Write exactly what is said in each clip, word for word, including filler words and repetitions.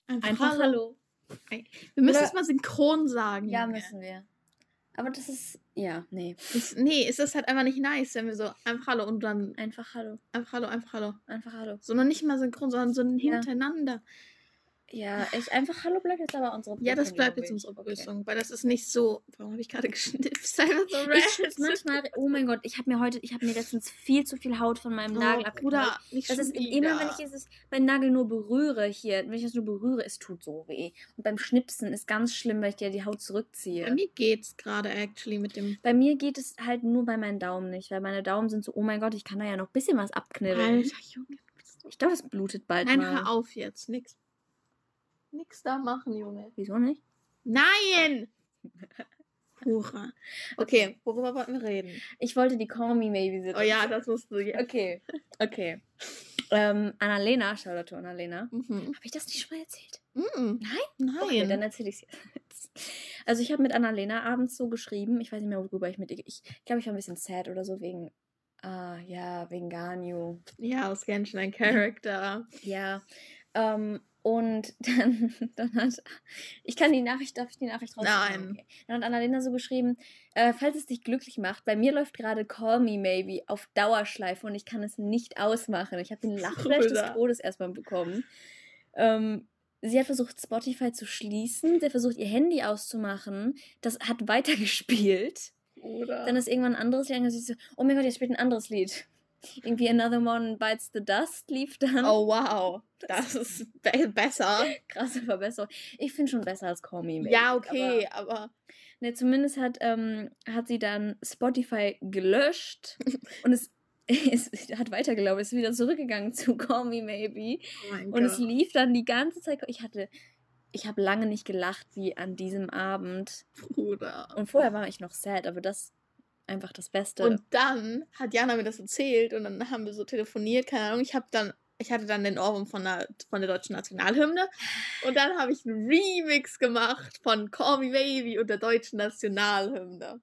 Einfach, Einfach Hallo. Hallo. Wir müssen es mal synchron sagen. Ja, Junge. Müssen wir. Aber das ist, ja, nee. Das, nee, es ist halt einfach nicht nice, wenn wir so einfach Hallo und dann... Einfach Hallo. Einfach Hallo, einfach Hallo. Einfach Hallo. So noch nicht mal synchron, sondern so ja. hintereinander. Ja, ich einfach Hallo bleibt jetzt aber unsere Begrüßung. Ja, das bleibt jetzt unsere Begrüßung, okay. Weil das ist nicht so... Warum habe ich gerade geschnipst? Einfach so ich manchmal, oh mein Gott, ich habe mir heute, ich habe mir letztens viel zu viel Haut von meinem oh, Nagel abgeknallt. Nicht das ist wieder. Immer, wenn ich dieses, meinen Nagel nur berühre hier, wenn ich das nur berühre, es tut so weh. Und beim Schnipsen ist ganz schlimm, weil ich dir die Haut zurückziehe. Bei mir geht's gerade actually mit dem... Bei mir geht es halt nur bei meinen Daumen nicht, weil meine Daumen sind so, oh mein Gott, ich kann da ja noch ein bisschen was abknibbeln. Alter, Junge. Ich glaube, es blutet bald Nein, mal. Nein, hör auf jetzt, nix. Nix da machen, Junge. Wieso nicht? Nein! Hurra. Okay, worüber wollten wir reden? Ich wollte die Call Me Maybe. Oh ja, das musst du jetzt. Okay, okay. ähm, Annalena, Shoutout to Annalena. Mhm. Habe ich das nicht schon mal erzählt? Mhm. Nein? Nein. Okay, dann erzähle ich es jetzt. Also ich habe mit Annalena abends so geschrieben, ich weiß nicht mehr, worüber ich mit ihr... Ich glaube, ich war ein bisschen sad oder so wegen... Ah, ja, wegen Ganyu. Ja, aus Genshin ein Charakter. Ja, ähm... Und dann, dann hat, ich kann die Nachricht, darf ich die Nachricht rausnehmen? Nein. Okay. Dann hat Annalena so geschrieben, äh, falls es dich glücklich macht, bei mir läuft gerade Call Me Maybe auf Dauerschleife und ich kann es nicht ausmachen. Ich habe den Lachflash des Todes erstmal bekommen. Ähm, sie hat versucht, Spotify zu schließen, sie hat versucht, ihr Handy auszumachen, das hat weitergespielt. Oder? Dann ist irgendwann ein anderes Lied angesehen, so, oh mein Gott, jetzt spielt ein anderes Lied. Irgendwie Another One Bites the Dust lief dann. Oh wow, das ist be- besser. Krasse Verbesserung. Ich finde schon besser als Call Me Maybe. Ja, okay, aber... aber ne, zumindest hat, ähm, hat sie dann Spotify gelöscht und es, es hat weitergelaufen, ist wieder zurückgegangen zu Call Me Maybe. Oh mein und Gott. Es lief dann die ganze Zeit. Ich hatte... Ich habe lange nicht gelacht wie an diesem Abend. Bruder. Und vorher war ich noch sad, aber das... Einfach das Beste. Und dann hat Jana mir das erzählt und dann haben wir so telefoniert, keine Ahnung, ich habe dann, ich hatte dann den Ohrwurm von der, von der deutschen Nationalhymne und dann habe ich einen Remix gemacht von Call Me Baby und der deutschen Nationalhymne.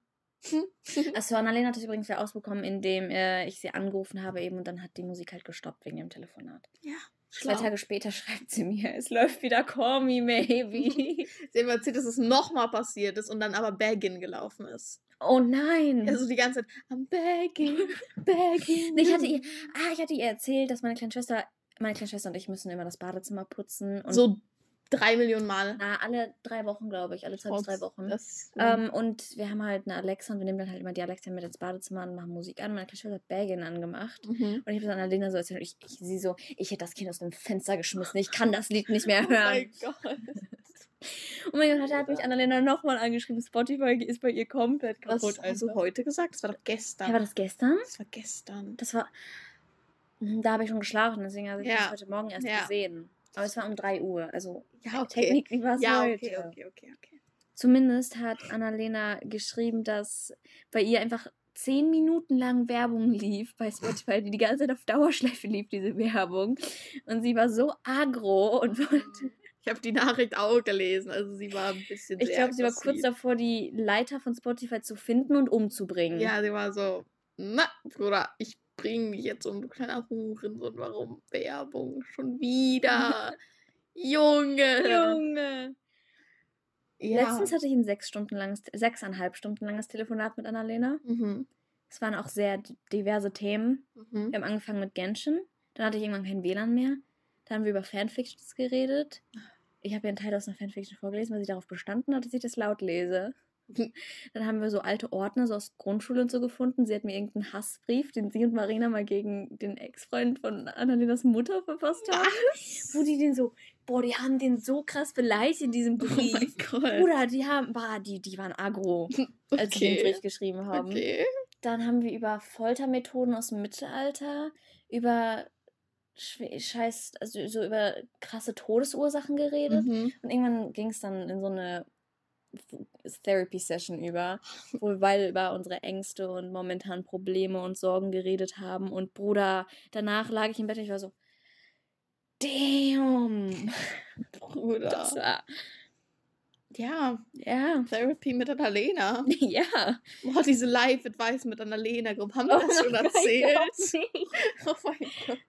Achso, Annalena hat das übrigens wieder ausbekommen, indem äh, ich sie angerufen habe eben und dann hat die Musik halt gestoppt wegen dem Telefonat. Ja. Zwei Tage später schreibt sie mir, es läuft wieder Call Me Maybe. Sie hat mir erzählt, dass es nochmal passiert ist und dann aber Baggin gelaufen ist. Oh nein! Also die ganze Zeit, I'm begging, begging. Ich hatte ihr, ah, ich hatte ihr erzählt, dass meine kleine Schwester, meine kleine Schwester und ich müssen immer das Badezimmer putzen. Und so drei Millionen Mal? Na, alle drei Wochen, glaube ich, alle zwei bis drei Wochen. Das, ähm, und wir haben halt eine Alexa und wir nehmen dann halt immer die Alexa mit ins Badezimmer und machen Musik an. Meine kleine Schwester hat Baggin angemacht. Mhm. Und ich habe dann Annalena so erzählt, ich, ich sie so, ich hätte das Kind aus dem Fenster geschmissen, ich kann das Lied nicht mehr hören. Oh mein Gott. Oh mein Gott, da hat mich Annalena nochmal angeschrieben. Spotify ist bei ihr komplett kaputt. Was hast du heute gesagt? Das war doch gestern. Ja, war das gestern? Das war gestern. Das war... Da habe ich schon geschlafen, deswegen habe ich ja. das heute Morgen erst ja. gesehen. Aber es war um drei Uhr, also ja, okay. Technik war es ja, heute. Okay, okay, okay, okay. Zumindest hat Annalena geschrieben, dass bei ihr einfach zehn Minuten lang Werbung lief bei Spotify, die die ganze Zeit auf Dauerschleife lief, diese Werbung. Und sie war so aggro und wollte... Ich habe die Nachricht auch gelesen, also sie war ein bisschen Ich glaube, sie war kurz davor, die Leiter von Spotify zu finden und umzubringen. Ja, sie war so, na, Bruder, ich bring mich jetzt um, du kleiner Hurensohn, warum Werbung schon wieder? Junge! Junge! Ja. Letztens hatte ich ein sechs Stunden langes, sechseinhalb Stunden langes Telefonat mit Annalena. Mhm. Es waren auch sehr diverse Themen. Mhm. Wir haben angefangen mit Genshin, dann hatte ich irgendwann kein W L A N mehr. Dann haben wir über Fanfictions geredet. Ich habe ja einen Teil aus einer Fanfiction vorgelesen, weil sie darauf bestanden hat, dass ich das laut lese. Dann haben wir so alte Ordner so aus Grundschule und so gefunden. Sie hat mir irgendeinen Hassbrief, den sie und Marina mal gegen den Ex-Freund von Annalenas Mutter verfasst haben. Was? Wo die den so, boah, die haben den so krass beleidigt in diesem Brief. Oh mein Gott. Oder die haben, boah, die, die waren aggro, als sie den Brief geschrieben haben. Okay. Dann haben wir über Foltermethoden aus dem Mittelalter, über... Scheiß, also so über krasse Todesursachen geredet. Mhm. Und irgendwann ging es dann in so eine Therapy-Session über, wo wir beide über unsere Ängste und momentan Probleme und Sorgen geredet haben. Und Bruder, danach lag ich im Bett und ich war so, damn! Bruder. Das war... Ja, ja. Therapy mit Annalena. Ja. Boah, diese Live-Advice mit Annalena-Gruppe. Haben wir oh das schon erzählt? Gott, oh mein Gott.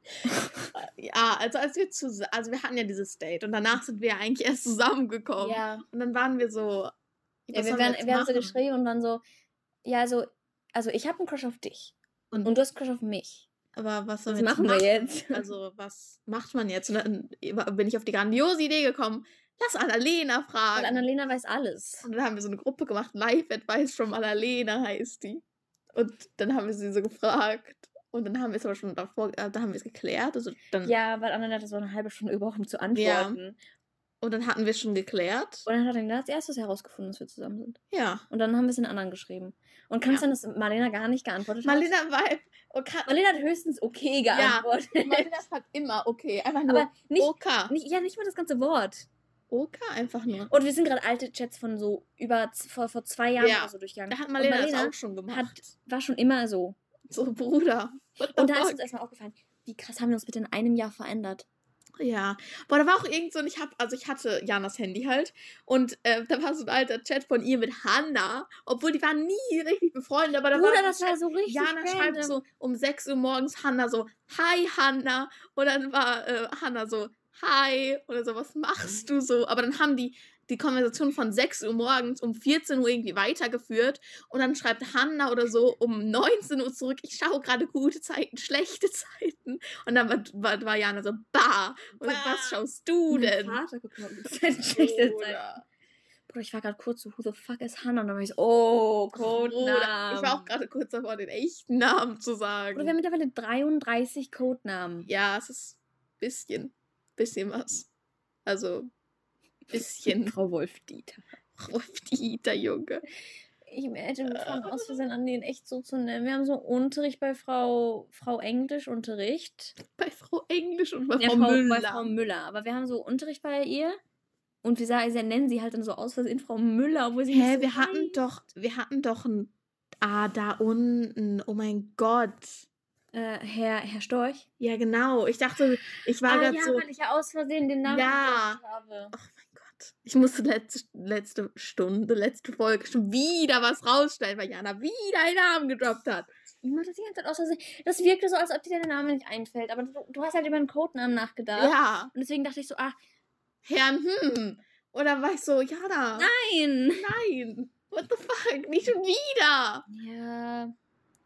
Ja, also als wir zusammen, also wir hatten ja dieses Date und danach sind wir ja eigentlich erst zusammengekommen. Ja. Und dann waren wir so, ja, wir, werden, wir, wir haben so geschrieben und dann so, ja, also, also ich habe einen Crush auf dich und, und du hast einen Crush auf mich. Aber was, was machen wir jetzt? Also was macht man jetzt? Und dann bin ich auf die grandiose Idee gekommen, lass Annalena fragen. Weil Annalena weiß alles. Und dann haben wir so eine Gruppe gemacht, Live Advice from Annalena heißt die. Und dann haben wir sie so gefragt. Und dann haben wir es aber schon davor, äh, dann haben wir es geklärt. Also dann, ja, weil Annalena hatte so eine halbe Stunde gebraucht, um zu antworten. Ja. Und dann hatten wir es schon geklärt. Und dann hat er als erstes herausgefunden, dass wir zusammen sind. Ja. Und dann haben wir es den anderen geschrieben. Und kann es ja. sein, dass Marlena gar nicht geantwortet Marlena hat? Marlena war... Okay. Marlena hat höchstens okay geantwortet. Ja, Marlena hat immer okay. Einfach nur aber nicht, OK. Nicht, ja, nicht mal das ganze Wort. OK einfach nur. Und wir sind gerade alte Chats von so über vor, vor zwei Jahren ja. oder so durchgegangen. Da hat Marlena, Marlena das auch schon gemacht. Hat, war schon immer so. So, Bruder. Und da ist uns erstmal aufgefallen, wie krass haben wir uns bitte in einem Jahr verändert. Ja, boah, da war auch irgend so, und ich hab, also ich hatte Janas Handy halt und äh, da war so ein alter Chat von ihr mit Hannah, obwohl die waren nie richtig befreundet, aber da Bruder, war das war so richtig Jana random. Schreibt so um sechs Uhr morgens Hannah so, hi Hannah, und dann war äh, Hannah so, hi, oder so, was machst du so, aber dann haben die die Konversation von sechs Uhr morgens um vierzehn Uhr irgendwie weitergeführt und dann schreibt Hannah oder so um neunzehn Uhr zurück, ich schaue gerade gute Zeiten, schlechte Zeiten. Und dann war, war, war Jana so, bah, und bah. Was schaust du denn? Mein Vater guckt mal gute Zeiten, schlechte Zeiten. Bruder, ich war gerade kurz so, who the fuck is Hannah? Und dann war ich so, oh, Codenamen. Ich war auch gerade kurz davor, den echten Namen zu sagen. Bruder, wir haben mittlerweile dreiunddreißig Codenamen. Ja, es ist ein bisschen, bisschen was. Also... Bisschen. Frau Wolf-Dieter. Frau Wolf-Dieter, Junge. Ich hätte mit Frauen aus Versehen an den echt so zu nennen. Wir haben so Unterricht bei Frau Frau Englisch-Unterricht. Bei Frau Englisch und bei ja, Frau, Frau Müller. Bei Frau Müller. Aber wir haben so Unterricht bei ihr. Und wir sagen, sie nennen sie halt dann so aus Versehen Frau Müller, obwohl sie Hä, nicht so wir hatten heißt. doch, wir hatten doch ein, ah, da unten, oh mein Gott. Äh, Herr, Herr Storch? Ja, genau. Ich dachte, ich war ah, gerade ja, so... weil ich ja aus Versehen den Namen ja. habe. Oh mein Gott. Ich musste letzte, letzte Stunde, letzte Folge schon wieder was rausstellen, weil Jana wieder einen Namen gedroppt hat. Ich mach das die ganze Zeit aus Versehen. Das wirkte so, als ob dir der Name nicht einfällt. Aber du, du hast halt über einen Codenamen nachgedacht. Ja. Und deswegen dachte ich so, ah... Herrn, hm. Oder war ich so, Jana. Nein. Nein. What the fuck? Nicht schon wieder. Ja...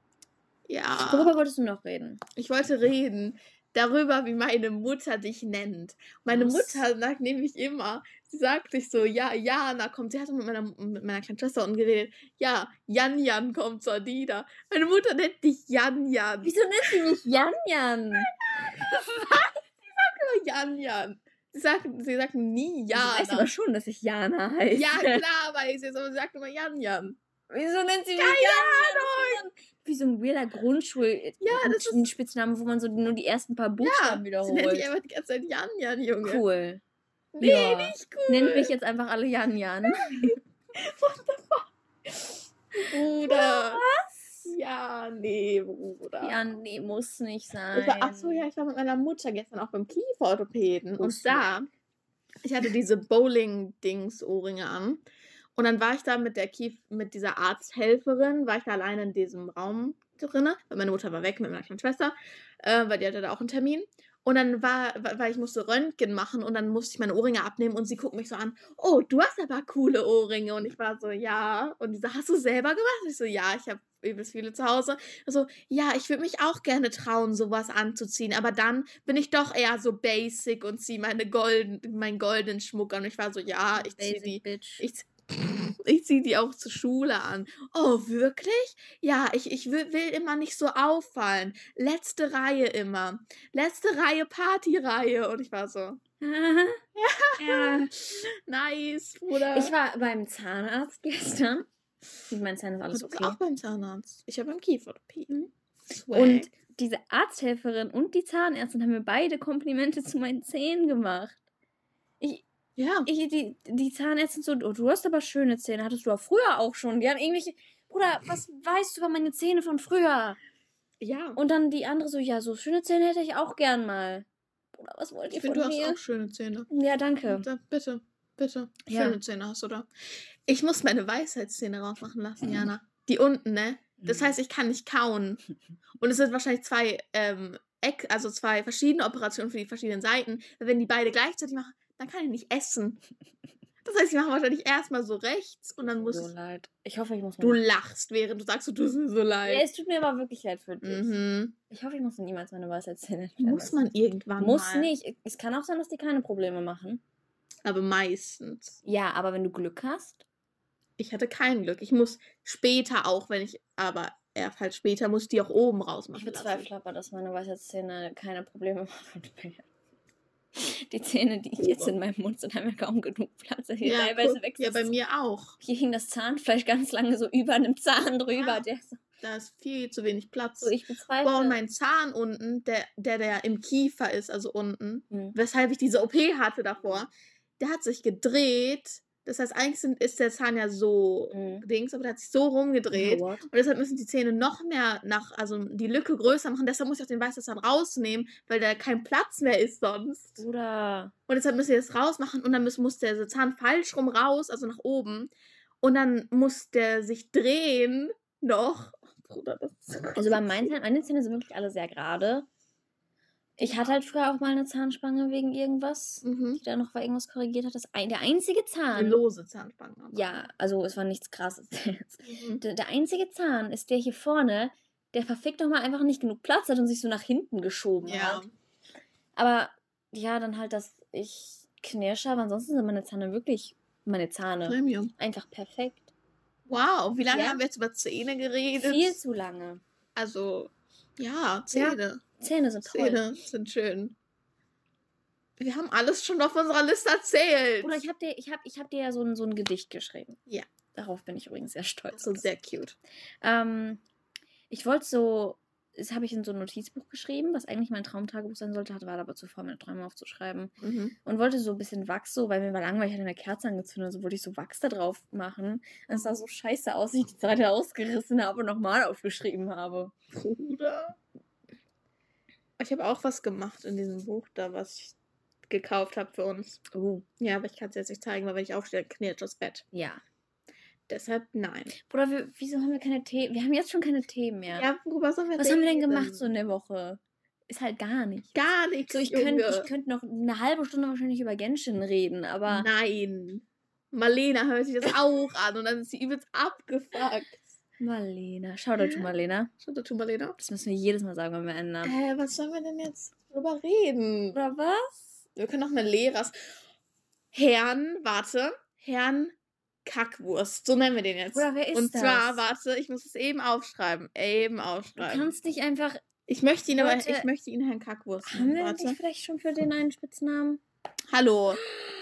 Ja. Worüber wolltest du noch reden? Ich wollte reden darüber, wie meine Mutter dich nennt. Meine Was? Mutter sagt nämlich immer, sie sagt sich so, ja, Jana kommt. Sie hat mit meiner, mit meiner kleinen Schwester unten geredet. Ja, Jan Jan kommt zur Dida. Meine Mutter nennt dich Jan Jan. Wieso nennt sie mich Jan Jan? Was? Sie sagt immer Jan Jan. Sie sagt, sie sagt nie Jana. Ich weiß aber schon, dass ich Jana heiße. Ja, klar weiß ich es, aber sie sagt immer Jan Jan. Wieso nennt sie mich Keine Jan Jan? Wie so ein weirder Grundschul- ja, das ist ein Spitzname, wo man so nur die ersten paar Buchstaben ja, wiederholt. Sie nennt dich einfach die ganze Zeit Jan Jan, Junge. Cool. Nee, ja. nicht cool. Nennt mich jetzt einfach alle Jan Jan. What the fuck? Bruder. Was? Ja, nee, Bruder. Ja, nee, muss nicht sein. Ich war, ach so, ja, ich war mit meiner Mutter gestern auch beim Kieferorthopäden. Und da, ich hatte diese Bowling-Dings-Ohrringe an. Und dann war ich da mit der Kief, mit dieser Arzthelferin, war ich da alleine in diesem Raum drin, weil meine Mutter war weg mit meiner kleinen Schwester, äh, weil die hatte da auch einen Termin. Und dann war, weil ich musste Röntgen machen und dann musste ich meine Ohrringe abnehmen und sie guckt mich so an, oh, du hast aber coole Ohrringe. Und ich war so, ja. Und die so, hast du selber gemacht? Und ich so, ja, ich habe übelst viele zu Hause. Also, ja, ich würde mich auch gerne trauen, sowas anzuziehen, aber dann bin ich doch eher so basic und ziehe meine golden, meinen goldenen Schmuck an. Und ich war so, ja, ich ziehe die, Bitch. ich, ich ziehe die auch zur Schule an. Oh, wirklich? Ja, ich, ich will, will immer nicht so auffallen. Letzte Reihe immer. Letzte Reihe, Partyreihe. Und ich war so, ja, ja. Nice, Bruder. Ich war beim Zahnarzt gestern. Ich meine, Zahn ist alles okay. Ich war auch beim Zahnarzt. Ich war beim Kieferorthopäden. Und diese Arzthelferin und die Zahnärztin haben mir beide Komplimente zu meinen Zähnen gemacht. Ich, ja. Ich, die, die Zahnärztin so, oh, du hast aber schöne Zähne. Hattest du ja früher auch schon. Die haben irgendwelche, Bruder, was weißt du über meine Zähne von früher? Ja. Und dann die andere so, ja, so schöne Zähne hätte ich auch gern mal. Bruder, was wollt ihr ich find, von mir? mir? Du hast auch schöne Zähne. Ja, danke. Da, bitte, bitte. Ja. Schöne Zähne hast du da. Ich muss meine Weisheitszähne rausmachen lassen, Jana. Die unten, ne? Das heißt, ich kann nicht kauen. Und es sind wahrscheinlich zwei ähm, also zwei verschiedene Operationen für die verschiedenen Seiten. Weil wenn die beide gleichzeitig machen, dann kann ich nicht essen. Das heißt, ich mache wahrscheinlich erstmal so rechts und dann muss... So leid. Ich hoffe, ich muss... Du lachst, während du sagst, du tust mir so leid. Ja, es tut mir aber wirklich leid für dich. Mhm. Ich hoffe, ich muss niemals meine Weisheitszähne Muss man irgendwann Muss mal. nicht. Es kann auch sein, dass die keine Probleme machen. Aber meistens. Ja, aber wenn du Glück hast. Ich hatte kein Glück. Ich muss später auch, wenn ich... Aber erst halt später muss ich die auch oben rausmachen. Ich bezweifle aber, dass meine Weisheitszähne keine Probleme machen. Die Zähne, die ich jetzt in meinem Mund sind, haben ja kaum genug Platz. Hier ja, teilweise wächst ja, bei mir auch. Hier hing das Zahnfleisch ganz lange so über einem Zahn drüber. Ja, der so, da ist viel zu wenig Platz. So, ich bezweifle. Boah, und mein Zahn unten, der, der, der im Kiefer ist, also unten, hm. weshalb ich diese O P hatte davor, der hat sich gedreht. Das heißt, eigentlich sind, ist der Zahn ja so mhm. Dings, aber der hat sich so rumgedreht. Ja, und deshalb müssen die Zähne noch mehr nach, also die Lücke größer machen. Deshalb muss ich auch den weißen Zahn rausnehmen, weil da kein Platz mehr ist sonst. Oder. Und deshalb müssen wir das rausmachen und dann muss, muss der Zahn falsch rum raus, also nach oben. Und dann muss der sich drehen noch. Oh, Bruder, das ist so Also bei meinen Zähnen, meine Zähne sind wirklich alle sehr gerade. Ich hatte halt früher auch mal eine Zahnspange wegen irgendwas, mhm. die da noch bei irgendwas korrigiert hat. Das ein, der einzige Zahn. Eine lose Zahnspange. Aber. Ja, also es war nichts Krasses. Mhm. Der, der einzige Zahn ist der hier vorne, der verfickt nochmal einfach nicht genug Platz hat und sich so nach hinten geschoben ja. hat. Aber ja, dann halt, dass ich knirsche, aber ansonsten sind meine Zähne wirklich, meine Zähne, Premium. einfach perfekt. Wow, wie lange ja. haben wir jetzt über Zähne geredet? Viel zu lange. Also, ja, Zähne. Ja. Zähne sind toll. Zähne sind schön. Wir haben alles schon auf unserer Liste erzählt. Oder ich habe dir, ich hab, ich hab dir ja so ein, so ein Gedicht geschrieben. Ja. Darauf bin ich übrigens sehr stolz. So sehr cute. Ähm, ich wollte so, das habe ich in so ein Notizbuch geschrieben, was eigentlich mein Traumtagebuch sein sollte, hatte, war aber zu faul, meine Träume aufzuschreiben. Mhm. Und wollte so ein bisschen Wachs, so, weil mir war langweilig, ich hatte eine Kerze angezündet, so wollte ich so Wachs da drauf machen. Und es sah so scheiße aus, dass ich die Seite ausgerissen habe und nochmal aufgeschrieben habe. Bruder. Ich habe auch was gemacht in diesem Buch, da was ich gekauft habe für uns. Oh. Ja, aber ich kann es jetzt nicht zeigen, weil wenn ich aufstehe, knirscht das Bett. Ja. Deshalb nein. Bruder, wir, wieso haben wir keine Themen? Wir haben jetzt schon keine Themen mehr. Ja, worüber sollen wir Was reden? haben wir denn gemacht so in der Woche? Ist halt gar nichts. Gar nichts, So, ich könnte ich könnt noch eine halbe Stunde wahrscheinlich über Genshin reden, aber... Nein. Marlena hört sich das auch an und dann ist sie übelst abgefuckt. Marlena. Shoutout to Marlena. Shoutout to Marlena. Das müssen wir jedes Mal sagen, wenn wir ändern. Äh, was sollen wir denn jetzt drüber reden? Oder was? Wir können auch eine Lehrers... Herrn, warte. Herrn Kackwurst. So nennen wir den jetzt. Oder wer ist Und das? zwar, warte, ich muss es eben aufschreiben. Eben aufschreiben. Du kannst nicht einfach... Ich möchte ihn Leute, aber, ich möchte ihn Herrn Kackwurst Haben nennen. wir Warte. nicht vielleicht schon für den einen Spitznamen? Hallo.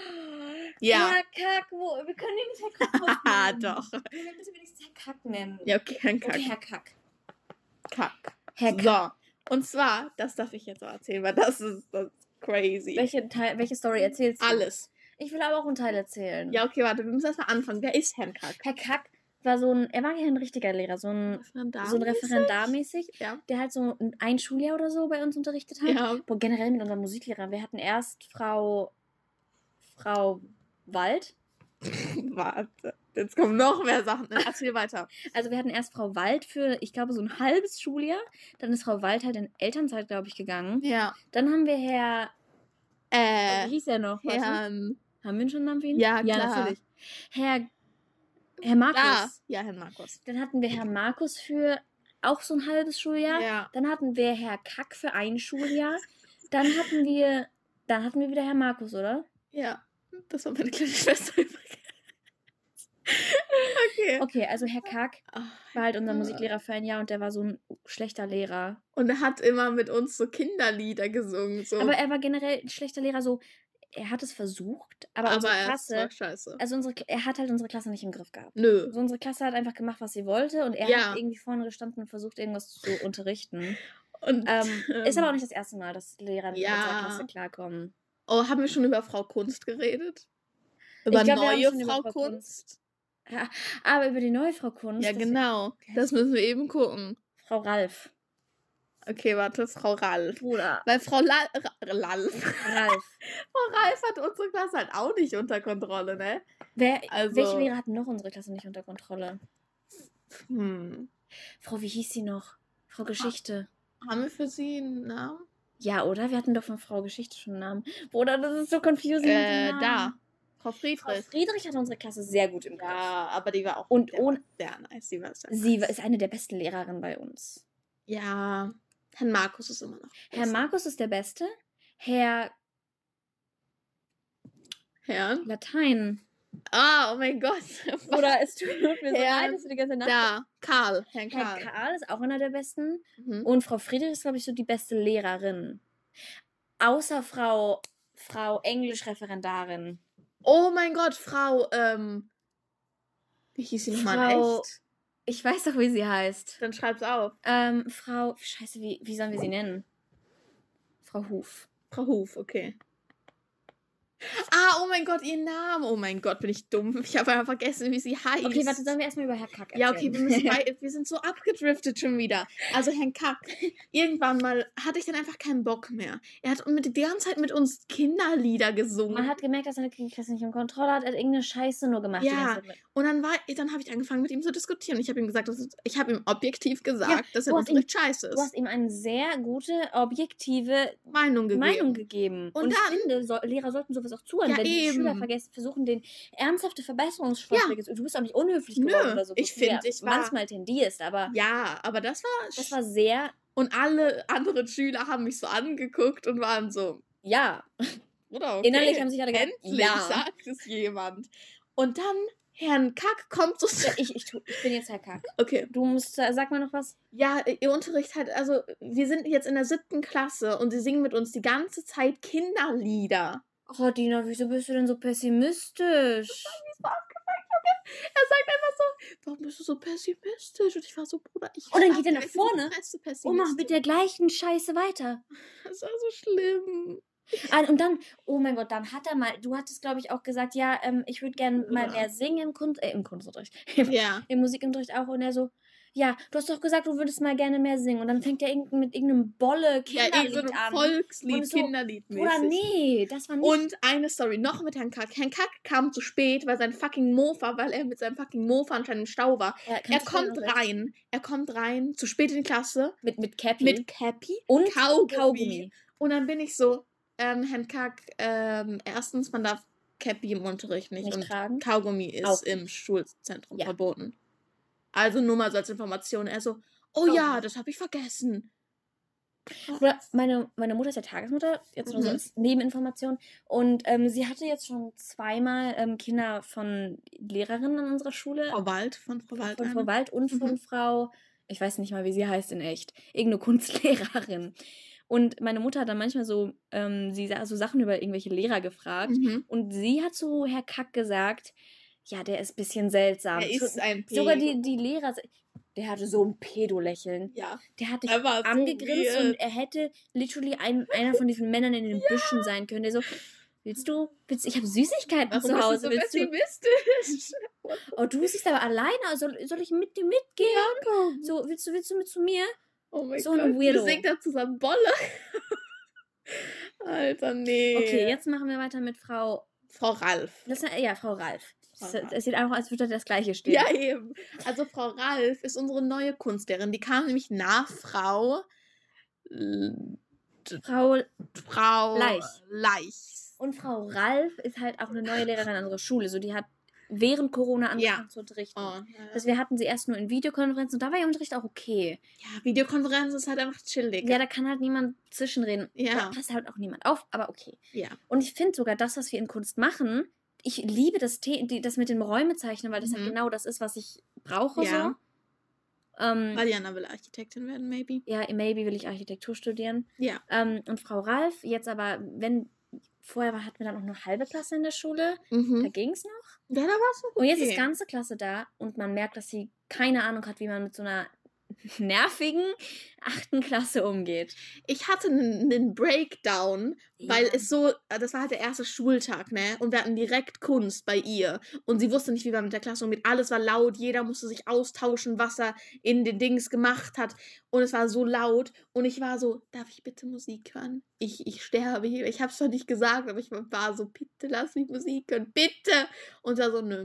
Ja. Herr Kack, wo? Wir können ihn nicht Herr Kackwurst Ah, nennen. doch. Wir können bitte wenigstens Herr Kack nennen. Ja, okay, Herrn Kack. Okay, Herr Kack. Kack. Herr Kack. So. Und zwar, das darf ich jetzt auch erzählen, weil das ist, das ist crazy. Welche, Teil, welche Story erzählst du? Alles. Ich will aber auch einen Teil erzählen. Ja, okay, warte, wir müssen erstmal anfangen. Wer ist Herrn Kack? Herr Kack war so ein, er war ja ein richtiger Lehrer, so ein, so ein Referendarmäßig, Ja. der halt so ein Schuljahr oder so bei uns unterrichtet hat. Ja. Boah, generell mit unserem Musiklehrer. Wir hatten erst Frau, Frau Wald. Warte, jetzt kommen noch mehr Sachen. Erzähl weiter. Also wir hatten erst Frau Wald für, ich glaube, so ein halbes Schuljahr. Dann ist Frau Wald halt in Elternzeit, glaube ich, gegangen. Ja. Dann haben wir Herr, Äh, wie hieß er noch? Warte. Herrn... Haben wir einen schon Namen für ihn? Ja, ja klar. natürlich. Herr, Herr Markus. Ah, ja, Herrn Markus. Dann hatten wir Herrn Markus für auch so ein halbes Schuljahr. Ja. Dann hatten wir Herr Kack für ein Schuljahr. Dann hatten wir, dann hatten wir wieder Herr Markus, oder? Ja. Das war meine kleine Schwester übrigens. Okay. Okay, also Herr Kack Oh, war halt unser Kack. Musiklehrer für ein Jahr und der war so ein schlechter Lehrer. Und er hat immer mit uns so Kinderlieder gesungen. So. Aber er war generell ein schlechter Lehrer, so, er hat es versucht, aber, Aber unsere er Klasse, war scheiße. also unsere, er hat halt unsere Klasse nicht im Griff gehabt. Nö. Also unsere Klasse hat einfach gemacht, was sie wollte und er Ja. hat irgendwie vorne gestanden und versucht, irgendwas zu unterrichten. Und, Ähm, ähm, ist aber auch nicht das erste Mal, dass Lehrer mit ja. unserer Klasse klarkommen. Oh, haben wir schon über Frau Kunst geredet? Über glaub, wir haben neue schon Frau, über Frau Kunst? Ja, aber über die neue Frau Kunst. Ja, das- genau. Das müssen wir eben gucken. Frau Ralf. Okay, warte, Frau Ralf. Bruder. Weil Frau Lal Ra Lalf. Ralf. Frau Ralf hat unsere Klasse halt auch nicht unter Kontrolle, ne? Wer, Also- welche Lehrer hatten noch unsere Klasse nicht unter Kontrolle? Hm. Frau, wie hieß sie noch? Frau Geschichte. Haben wir für sie einen Namen? Ja, oder? Wir hatten doch von Frau Geschichte schon einen Namen. Oder das ist so confusing. Äh, da. Frau Friedrich. Frau Friedrich hat unsere Klasse sehr gut im Griff. Ja, aber die war auch und der ohne, war sehr nice. Die war sehr sie nice. ist eine der besten Lehrerinnen bei uns. Ja, Herr Markus ist immer noch Herr besser. Markus ist der Beste. Herr Herr Latein. Ah, oh mein Gott. Oder es tut mir so leid, dass du die ganze Nacht... Da, Karl. Herr Karl. Herr Karl ist auch einer der Besten. Mhm. Und Frau Friedrich ist, glaube ich, so die beste Lehrerin. Außer Frau, Frau Englischreferendarin. Oh mein Gott, Frau, ähm... Wie hieß sie nochmal in echt? Ich weiß doch, wie sie heißt. Dann schreib's auf. Ähm, Frau... Scheiße, wie, wie sollen wir sie nennen? Frau Huf. Frau Huf, okay. Ah, oh mein Gott, ihr Name. Oh mein Gott, bin ich dumm. Ich habe einfach vergessen, wie sie heißt. Okay, warte, sollen wir erstmal über Herr Kack erzählen? Ja, okay, wir, müssen bei, wir sind so abgedriftet schon wieder. Also Herrn Kack, irgendwann mal hatte ich dann einfach keinen Bock mehr. Er hat mit, die ganze Zeit mit uns Kinderlieder gesungen. Man hat gemerkt, dass er die Klasse nicht in Kontrolle hat. Er hat irgendeine Scheiße nur gemacht. Ja, und dann war, dann habe ich angefangen, mit ihm zu diskutieren. Ich habe ihm gesagt, dass es, ich habe ihm objektiv gesagt, ja, dass er Unterricht scheiße ist. Du hast ihm eine sehr gute, objektive Meinung gegeben. Meinung gegeben. Und, und dann, ich finde, so, Lehrer sollten sowas auch zuhören, ja, wenn eben. die Schüler vergessen, versuchen, den ernsthafte Verbesserungsvorschläge zu. Ja. Du bist auch nicht unhöflich geworden. Nö, oder so. Ich finde, ich war... manchmal tendierst, aber... Ja, aber das war... Das war sehr... Und alle anderen Schüler haben mich so angeguckt und waren so... Ja. Oder okay. Innerlich haben sich alle gedacht, endlich ja. sagt es jemand. Und dann... Herrn Kack kommt so... Ja, ich, ich, ich bin jetzt Herr Kack. Okay. Du musst... Sag mal noch was. Ja, ihr Unterricht hat... Also, wir sind jetzt in der siebten Klasse und sie singen mit uns die ganze Zeit Kinderlieder. Oh, Dina, wieso bist du denn so pessimistisch? Das war nicht so aufgefallen. Er sagt einfach so, warum bist du so pessimistisch? Und ich war so, Bruder, ich... Und dann geht er nach vorne und macht mit der gleichen Scheiße weiter. Das war so schlimm. Und dann, oh mein Gott, dann hat er mal, du hattest, glaube ich, auch gesagt, ja, ähm, ich würde gerne mal mehr singen im, Kunst, äh, im Kunstunterricht. Ja. Im Musikunterricht auch. Und er so, ja, du hast doch gesagt, du würdest mal gerne mehr singen. Und dann fängt er mit irgendeinem Bolle Kinderlied ja, so an. Volkslied, so, Kinderliedmäßig. Oder nee, das war nicht... Und eine Story noch mit Herrn Kack. Herrn Kack kam zu spät, weil sein fucking Mofa, weil er mit seinem fucking Mofa anscheinend im Stau war. Ja, er kommt rein, er kommt rein, zu spät in die Klasse. Mit, mit Cappy. Mit Cappy. Und Kaugummi. Kaugummi. Und dann bin ich so, ähm, Herrn Kack, ähm, erstens, man darf Cappy im Unterricht nicht, nicht und tragen. Kaugummi ist auch im Schulzentrum ja. verboten. Also nur mal so als Information. Er so, oh, oh. ja, das habe ich vergessen. Oder meine, meine Mutter ist ja Tagesmutter, jetzt nur mhm. so als Nebeninformation. Und ähm, sie hatte jetzt schon zweimal ähm, Kinder von Lehrerinnen an unserer Schule. Frau Wald, von Frau Wald. Von Frau Wald und mhm. von Frau, ich weiß nicht mal, wie sie heißt in echt, irgendeine Kunstlehrerin. Und meine Mutter hat dann manchmal so, ähm, sie so Sachen über irgendwelche Lehrer gefragt. Mhm. Und sie hat zu Herr Kack gesagt, ja, der ist ein bisschen seltsam. Er ist ein Pedo. Sogar die, die Lehrer, der hatte so ein Pedo-Lächeln. Ja. Der hat dich so angegrinst weird. Und er hätte literally ein, einer von diesen Männern in den ja. Büschen sein können. Der so, willst du, willst, ich habe Süßigkeiten Warum zu Hause. Bist du so pessimistisch? Oh, du siehst aber alleine, soll, soll ich mit dir mitgehen? Ja, komm. So, willst du, willst du mit zu mir? Oh mein so Gott, ein Weirdo. Wir singt da zusammen Bolle. Alter, nee. Okay, jetzt machen wir weiter mit Frau... Frau Ralf. Das, ja, Frau Ralf. Es sieht einfach aus, als würde das Gleiche stehen. Ja, eben. Also Frau Ralf ist unsere neue Kunstlehrerin. Die kam nämlich nach Frau... Frau... Frau... Leich. Leich. Und Frau Ralf ist halt auch eine neue Lehrerin an unserer Schule. So, die hat während Corona angefangen ja. zu unterrichten. Oh, ja. Also wir hatten sie erst nur in Videokonferenzen und da war ihr Unterricht auch okay. Ja, Videokonferenz ist halt einfach chillig. Ja, da kann halt niemand zwischenreden. Ja. Da passt halt auch niemand auf, aber okay. Ja. Und ich finde sogar das, was wir in Kunst machen, ich liebe das, The- das mit dem Räumezeichnen, weil das mhm. halt genau das ist, was ich brauche. Ja. So. Ähm, Mariana will Architektin werden, maybe. Ja, maybe will ich Architektur studieren. Ja. Ähm, und Frau Ralf, jetzt aber, wenn... Vorher war, hatten wir dann auch noch halbe Klasse in der Schule. Mhm. Da ging es noch. Ja, da war es okay. Und jetzt ist ganze Klasse da und man merkt, dass sie keine Ahnung hat, wie man mit so einer nervigen achten Klasse umgeht. Ich hatte einen, einen Breakdown, ja. weil es so, das war halt der erste Schultag, ne? Und wir hatten direkt Kunst bei ihr. Und sie wusste nicht, wie man mit der Klasse umgeht. Alles war laut, jeder musste sich austauschen, was er in den Dings gemacht hat. Und es war so laut. Und ich war so, darf ich bitte Musik hören? Ich, ich sterbe hier. Ich hab's doch nicht gesagt, aber ich war so, bitte lass mich Musik hören, bitte. Und da so, nö.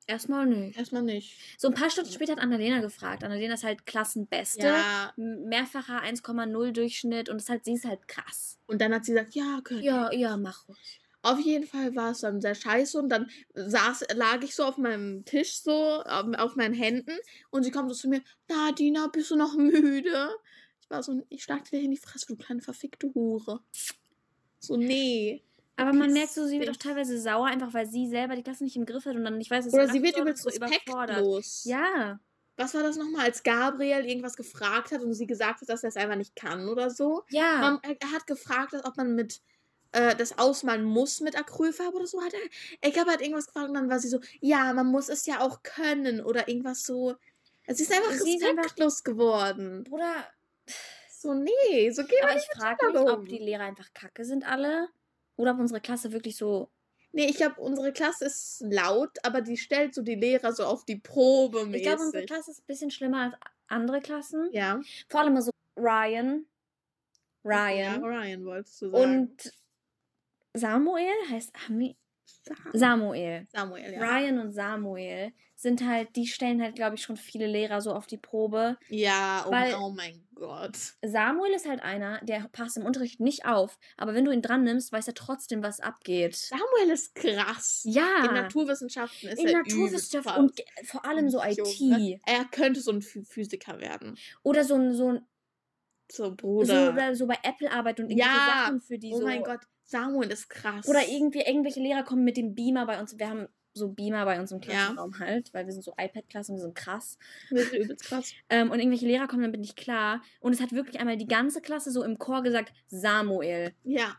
Erstmal nicht. Erstmal nicht. So ein paar Stunden später hat Annalena gefragt. Annalena ist halt Klassenbeste. Ja. Mehrfacher eins Komma null Durchschnitt und ist halt, sie ist halt krass. Und dann hat sie gesagt, ja, könnt Ja, ich. ja, mach ruhig. Auf jeden Fall war es dann sehr scheiße und dann saß, lag ich so auf meinem Tisch so, auf, auf meinen Händen und sie kommt so zu mir, na, Dina, bist du noch müde? Ich war so, ich schlag dir in die Fresse, du kleine verfickte Hure. So, nee. Aber man merkt so, sie wird auch teilweise sauer, einfach weil sie selber die Klasse nicht im Griff hat und dann, ich weiß, es Oder sie wird übelst respektlos. Ja. Was war das nochmal, als Gabriel irgendwas gefragt hat und sie gesagt hat, dass er es einfach nicht kann oder so? Ja. Man, er hat gefragt, ob man mit äh, das ausmalen muss mit Acrylfarbe oder so. Hat er, ich glaube, er hat irgendwas gefragt und dann war sie so, ja, man muss es ja auch können oder irgendwas so. Also sie ist einfach sie respektlos ist einfach, geworden. Bruder. So, nee, so geht Aber ich frage mich, ob die Lehrer einfach kacke sind alle. Oder ob unsere Klasse wirklich so... Nee, ich glaube, unsere Klasse ist laut, aber die stellt so die Lehrer so auf die Probe mäßig. Ich glaube, unsere Klasse ist ein bisschen schlimmer als andere Klassen. Ja. Vor allem so Ryan. Ryan. Ja, Ryan wolltest du sagen. Und Samuel heißt... Haben wir... Samuel. Samuel, ja. Ryan und Samuel sind halt, die stellen halt, glaube ich, schon viele Lehrer so auf die Probe. Ja, oh, weil oh mein Gott. Samuel ist halt einer, der passt im Unterricht nicht auf, aber wenn du ihn dran nimmst, weiß er trotzdem, was abgeht. Samuel ist krass. Ja. In Naturwissenschaften ist In er Naturwissenschaften und vor allem so I T. Er könnte so ein Physiker werden. Oder so ein, so ein so, Bruder. So, oder so bei Apple arbeiten und irgendwelche ja. Sachen für die oh so. Oh mein Gott, Samuel ist krass. Oder irgendwie irgendwelche Lehrer kommen mit dem Beamer bei uns. Wir haben so Beamer bei uns im Klassenraum ja. halt, weil wir sind so iPad-Klasse und wir sind krass. Wir sind übelst krass. ähm, und irgendwelche Lehrer kommen, dann bin ich klar. Und es hat wirklich einmal die ganze Klasse so im Chor gesagt, Samuel. Ja.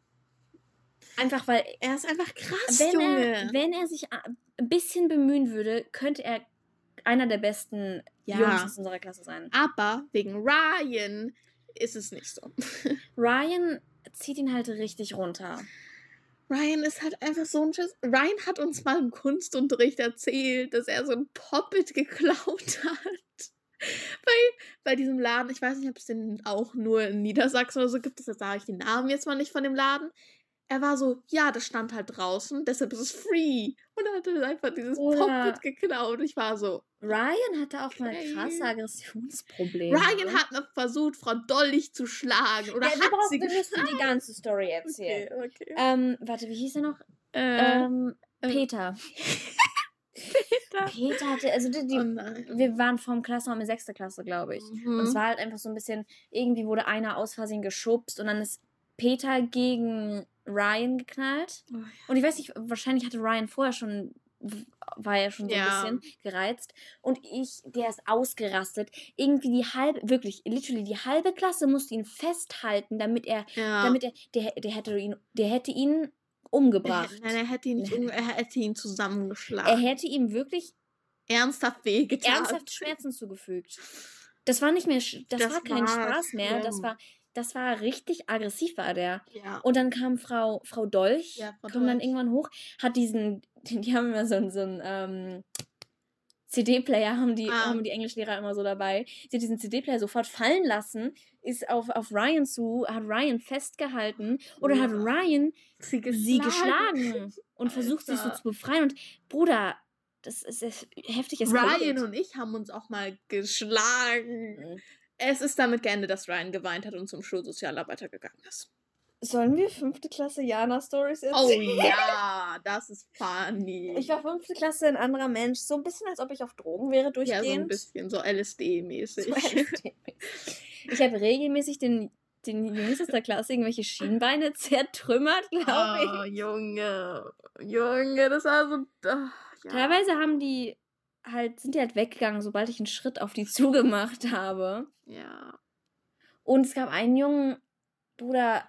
Einfach, weil... Er ist einfach krass, wenn Junge. Er, wenn er sich ein bisschen bemühen würde, könnte er einer der besten ja. Jungs aus unserer Klasse sein. Aber wegen Ryan ist es nicht so. Ryan zieht ihn halt richtig runter. Ryan ist halt einfach so ein Schiss. Ryan hat uns mal im Kunstunterricht erzählt, dass er so ein Poppet geklaut hat. Bei, bei diesem Laden, ich weiß nicht, ob es den auch nur in Niedersachsen oder so gibt, deshalb sage ich den Namen jetzt mal nicht von dem Laden. Er war so, ja, das stand halt draußen, deshalb ist es free. Und er hat einfach dieses Oder Poppet geklaut. Ich war so... Ryan hatte auch mal okay. krasse Aggressionsprobleme. Ryan hat noch versucht, Frau Dollich zu schlagen. Oder ja, hat wir brauchen, sie wir müssen die ganze Story erzählen. Okay, okay. Ähm, warte, wie hieß er noch? Äh, ähm, Peter. Peter. Peter hatte, also die, die, oh wir waren vom Klassenraum in sechster Klasse, glaube ich. Mhm. Und es war halt einfach so ein bisschen, irgendwie wurde einer aus Versehen geschubst und dann ist Peter gegen Ryan geknallt. Oh, ja. Und ich weiß nicht, wahrscheinlich hatte Ryan vorher schon, war er schon so ja. ein bisschen gereizt. Und ich, der ist ausgerastet. Irgendwie die halbe, wirklich, literally die halbe Klasse musste ihn festhalten, damit er, ja. damit er, der, der hätte ihn, der hätte ihn umgebracht. Nein, er hätte ihn nicht um, er hätte ihn zusammengeschlagen. Er hätte ihm wirklich ernsthaft wehgetan. Ernsthaft Schmerzen zugefügt. Das war nicht mehr, das, das war kein war Spaß mehr. Schlimm. Das war, das war richtig aggressiv, war der. Ja. Und dann kam Frau, Frau Dolch, ja, Frau kam Dolch. dann irgendwann hoch, hat diesen, die haben immer so einen, so einen ähm, C D-Player, haben die, ah. haben die Englischlehrer immer so dabei. Sie hat diesen C D-Player sofort fallen lassen, ist auf, auf Ryan zu, hat Ryan festgehalten oder ja. hat Ryan sie geschlagen, sie geschlagen und versucht, sich so zu befreien. Und Bruder, das ist, ist heftig. Ryan und ich haben uns auch mal geschlagen. Mhm. Es ist damit geendet, dass Ryan geweint hat und zum Schulsozialarbeiter gegangen ist. Sollen wir fünfte Klasse Jana-Stories erzählen? Oh ja, das ist funny. Ich war fünfte Klasse ein anderer Mensch. So ein bisschen, als ob ich auf Drogen wäre, durchgehend. Ja, so ein bisschen, so L S D-mäßig. So L S D-mäßig. Ich habe regelmäßig den, den Jungs aus der Klasse irgendwelche Schienbeine zertrümmert, glaube ich. Oh, Junge. Junge, das war so... Oh, ja. Teilweise haben die halt, sind die halt weggegangen, sobald ich einen Schritt auf die zugemacht habe. Ja. Und es gab einen Jungen, Bruder...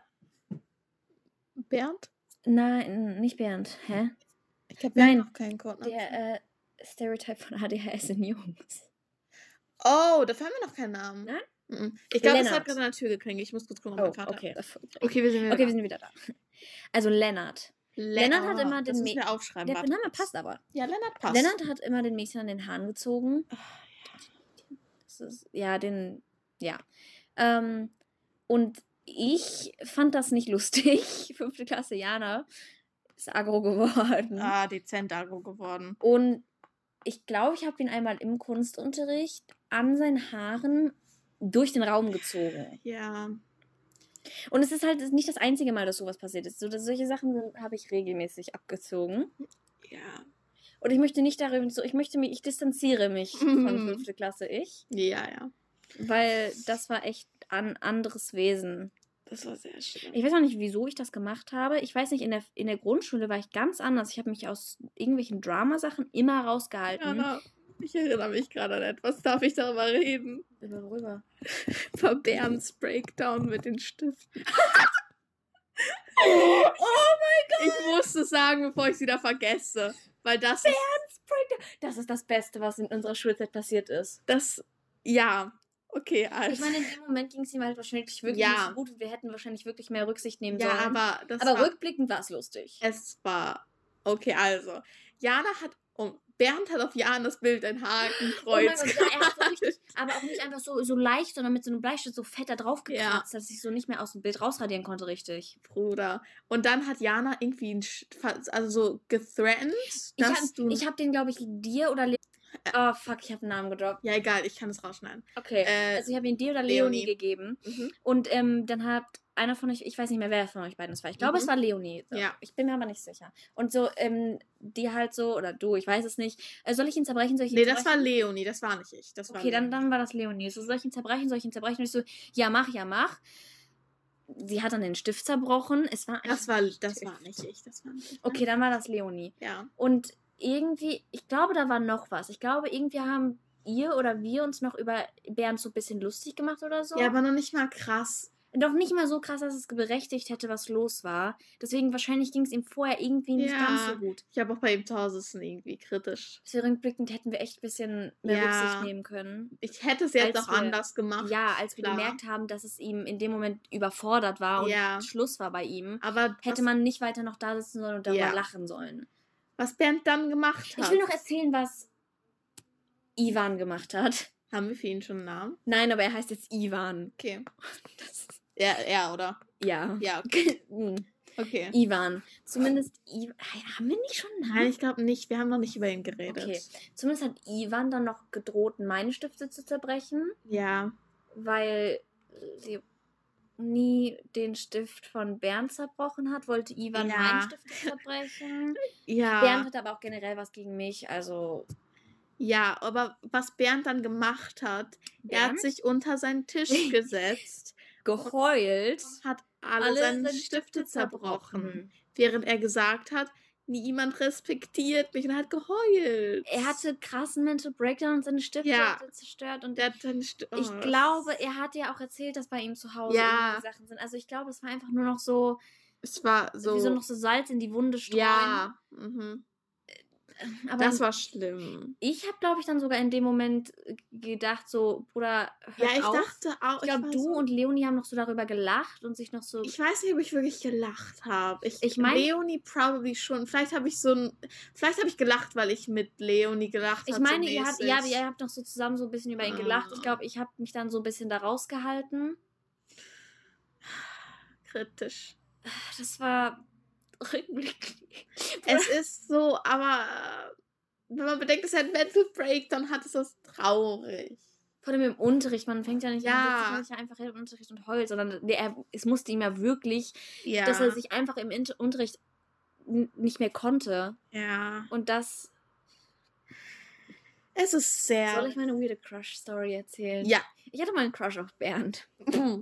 Bernd? Nein, nicht Bernd. Hä? Ich habe Nein, noch keinen Codenamen. Der äh, Stereotype von A D H S in Jungs. Oh, dafür haben wir noch keinen Namen. Nein? Mhm. Ich glaube, es hat gerade an der Tür geklingelt. Ich muss kurz gucken, ob mein oh, Vater... Okay. okay, wir sind wieder okay, da. wir sind wieder da. Also Lennart. Lennart hat immer den Mädchen... aufschreiben. Der Name passt aber. Ja, Lennart passt. Lennart hat immer den Mädchen an den Haaren gezogen. Oh, ja. Das ist, ja, den... Ja. Ähm, und ich fand das nicht lustig. Fünfte Klasse Jana ist aggro geworden. Ah, dezent aggro geworden. Und ich glaube, ich habe ihn einmal im Kunstunterricht an seinen Haaren durch den Raum gezogen. Ja. Und es ist halt nicht das einzige Mal, dass sowas passiert ist. So, dass solche Sachen habe ich regelmäßig abgezogen. Ja. Und ich möchte nicht darüber, so, ich möchte mich, ich distanziere mich mm. von fünfte Klasse ich. Ja, ja. Weil das war echt ein anderes Wesen. Das war sehr schön. Ich weiß auch nicht, wieso ich das gemacht habe. Ich weiß nicht, in der, in der Grundschule war ich ganz anders. Ich habe mich aus irgendwelchen Dramasachen immer rausgehalten. Ja, ich erinnere mich gerade an etwas. Darf ich darüber reden? Über worüber? Über Bernds Breakdown mit den Stiften. Oh mein Gott! Ich musste es sagen, bevor ich es wieder vergesse. Weil das Bernds Breakdown. Das ist das Beste, was in unserer Schulzeit passiert ist. Das, ja... Okay, also. Ich meine, in dem Moment ging es ihm halt wahrscheinlich wirklich ja. nicht so gut und wir hätten wahrscheinlich wirklich mehr Rücksicht nehmen ja, sollen. Aber, das aber war, rückblickend war es lustig. Es war, okay, also. Jana hat, oh, Bernd hat auf Janas Bild ein Hakenkreuz oh Gott, ja, er hat so richtig, aber auch nicht einfach so, so leicht, sondern mit so einem Bleistift so fett da drauf gekratzt, ja. dass ich so nicht mehr aus dem Bild rausradieren konnte, richtig. Bruder. Und dann hat Jana irgendwie, ein, also so gethreatened, ich dass hab, du... Ich habe den, glaube ich, dir oder... Oh, fuck, ich habe einen Namen gedroppt. Ja, egal, ich kann es rausschneiden. Okay, äh, also ich habe ihn dir oder Leonie, Leonie gegeben. Mhm. Und ähm, dann hat einer von euch, ich weiß nicht mehr, wer von euch beiden es war. Ich glaube, mhm. es war Leonie. So. Ja. Ich bin mir aber nicht sicher. Und so, ähm, die halt so, oder du, ich weiß es nicht. Äh, soll ich ihn zerbrechen? Soll ich ihn nee, zerbrechen? das war Leonie, das war nicht ich. Das war okay, dann, dann war das Leonie. So, soll ich ihn zerbrechen? Soll ich ihn zerbrechen? Und ich so, ja, mach, ja, mach. Sie hat dann den Stift zerbrochen. Es war das war, das war nicht ich. Das war nicht ich. Okay, dann war das Leonie. Ja. Und irgendwie, ich glaube, da war noch was. Ich glaube, irgendwie haben ihr oder wir uns noch über Bernd so ein bisschen lustig gemacht oder so. Ja, aber noch nicht mal krass. Doch nicht mal so krass, dass es berechtigt hätte, was los war. Deswegen wahrscheinlich ging es ihm vorher irgendwie nicht ja, ganz so gut. Ich habe auch bei ihm zu Hause ist irgendwie kritisch. Deswegen rückblickend hätten wir echt ein bisschen mehr ja. Rücksicht nehmen können. Ich hätte es jetzt auch wir, anders gemacht. Ja, als wir klar. gemerkt haben, dass es ihm in dem Moment überfordert war und ja. Schluss war bei ihm, aber hätte man nicht weiter noch da sitzen sollen und darüber ja. lachen sollen. Was Bernd dann gemacht hat. Ich will noch erzählen, was Ivan gemacht hat. Haben wir für ihn schon einen Namen? Nein, aber er heißt jetzt Ivan. Okay. Das ja, er, oder? Ja. Ja, okay. okay. Ivan. Zumindest, I- haben wir nicht schon einen Namen? Nein, ich glaube nicht. Wir haben noch nicht über ihn geredet. Okay. Zumindest hat Ivan dann noch gedroht, meine Stifte zu zerbrechen. Ja. Weil sie nie den Stift von Bernd zerbrochen hat, wollte Ivan ja. meinen Stift zerbrechen. Ja. Bernd hat aber auch generell was gegen mich, also... Ja, aber was Bernd dann gemacht hat, Bernd? Er hat sich unter seinen Tisch gesetzt, geheult, hat alle, alle seine Stifte zerbrochen, zerbrochen, während er gesagt hat, niemand respektiert mich und hat geheult. Er hatte krassen Mental Breakdown und seine Stifte ja. zerstört. Und der hat seine St- oh, ich glaube, er hat ja auch erzählt, dass bei ihm zu Hause ja. Sachen sind. Also ich glaube, es war einfach nur noch so, es war so, wie so noch so Salz in die Wunde streuen. Ja, mhm. Aber das war schlimm. Ich habe, glaube ich, dann sogar in dem Moment gedacht, so, Bruder, hört Ja, ich auf. dachte auch. Ich glaube, du so und Leonie haben noch so darüber gelacht und sich noch so... Ich weiß nicht, ob ich wirklich gelacht habe. Ich, ich meine... Leonie probably schon. Vielleicht habe ich so ein... Vielleicht habe ich gelacht, weil ich mit Leonie gelacht habe. Ich meine, so ihr habt, ja, ihr habt noch so zusammen so ein bisschen über ihn gelacht. Ich glaube, ich habe mich dann so ein bisschen da rausgehalten. Kritisch. Das war... rückblicklich. Es ist so, aber wenn man bedenkt, dass er ein Mental Breakdown hat, ist das traurig. Vor allem im Unterricht, man fängt ja nicht ja. an, sich ja einfach im Unterricht und heult, sondern der, es musste ihm ja wirklich, ja. dass er sich einfach im Inter- Unterricht n- nicht mehr konnte. Ja. Und das... Es ist sehr... Soll ich meine weirde Crush-Story erzählen? Ja. Ich hatte mal einen Crush auf Bernd. Und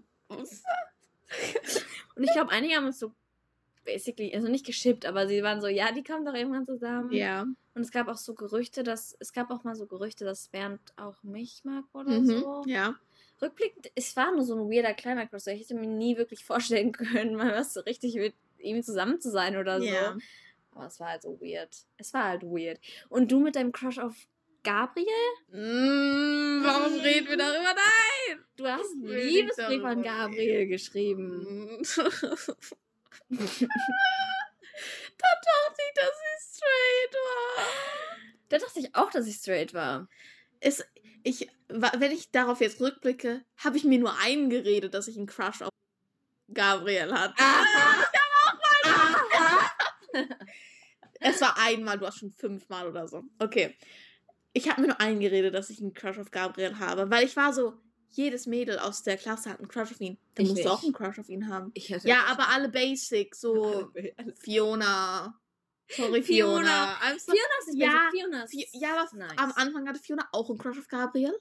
ich glaube, einige haben uns so basically, also nicht geschippt, aber sie waren so, ja, die kommen doch irgendwann zusammen. Ja. Und es gab auch so Gerüchte, dass, es gab auch mal so Gerüchte, dass Bernd auch mich mag oder mhm, so. Ja. Rückblickend, es war nur so ein weirder kleiner Crush. Ich hätte mir nie wirklich vorstellen können, mal was so richtig mit ihm zusammen zu sein oder so. Ja. Aber es war halt so weird. Es war halt weird. Und du mit deinem Crush auf Gabriel? Mm, warum mm. reden wir darüber? Nein! Du hast einen Liebesbrief an Gabriel geschrieben. Da dachte ich, dass ich straight war. Da dachte ich auch, dass ich straight war. Es, ich, wenn ich darauf jetzt rückblicke, habe ich mir nur eingeredet, dass ich einen Crush auf Gabriel hatte. Aha. Ich auch mal. Es war einmal, du hast schon fünfmal oder so. Okay. ich habe mir nur eingeredet, dass ich einen Crush auf Gabriel habe, weil ich war so, jedes Mädel aus der Klasse hat einen Crush auf ihn. Dann ich musst nicht. Du auch einen Crush auf ihn haben. Ich ja, aber alle Basic, so Fiona. Sorry, Fiona. Fiona, so, Fiona ist ja, basic. Fiona ist ja, aber nice. Am Anfang hatte Fiona auch einen Crush auf Gabriel.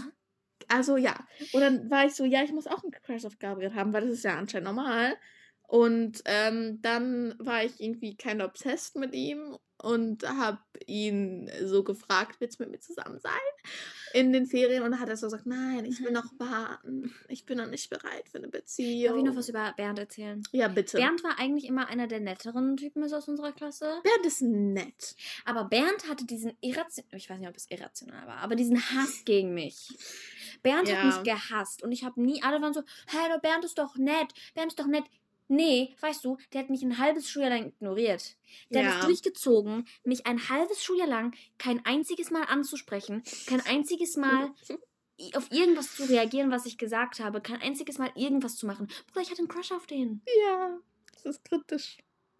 Also ja. Und dann war ich so, ja, ich muss auch einen Crush auf Gabriel haben, weil das ist ja anscheinend normal. Und ähm, dann war ich irgendwie kind of obsessed mit ihm und habe ihn so gefragt, willst du mit mir zusammen sein in den Ferien? Und dann hat er so gesagt, nein, ich will noch warten. Ich bin noch nicht bereit für eine Beziehung. Darf ich noch was über Bernd erzählen? Ja, bitte. Bernd war eigentlich immer einer der netteren Typen aus unserer Klasse. Bernd ist nett. Aber Bernd hatte diesen irrational, ich weiß nicht, ob es irrational war, aber diesen Hass gegen mich. Bernd ja. hat mich gehasst und ich habe nie, alle waren so, hey, der Bernd ist doch nett, Bernd ist doch nett. Nee, weißt du, der hat mich ein halbes Schuljahr lang ignoriert. Der ja. hat es durchgezogen, mich ein halbes Schuljahr lang kein einziges Mal anzusprechen, kein einziges Mal auf irgendwas zu reagieren, was ich gesagt habe, kein einziges Mal irgendwas zu machen. Bruder, ich hatte einen Crush auf den. Ja, das ist kritisch.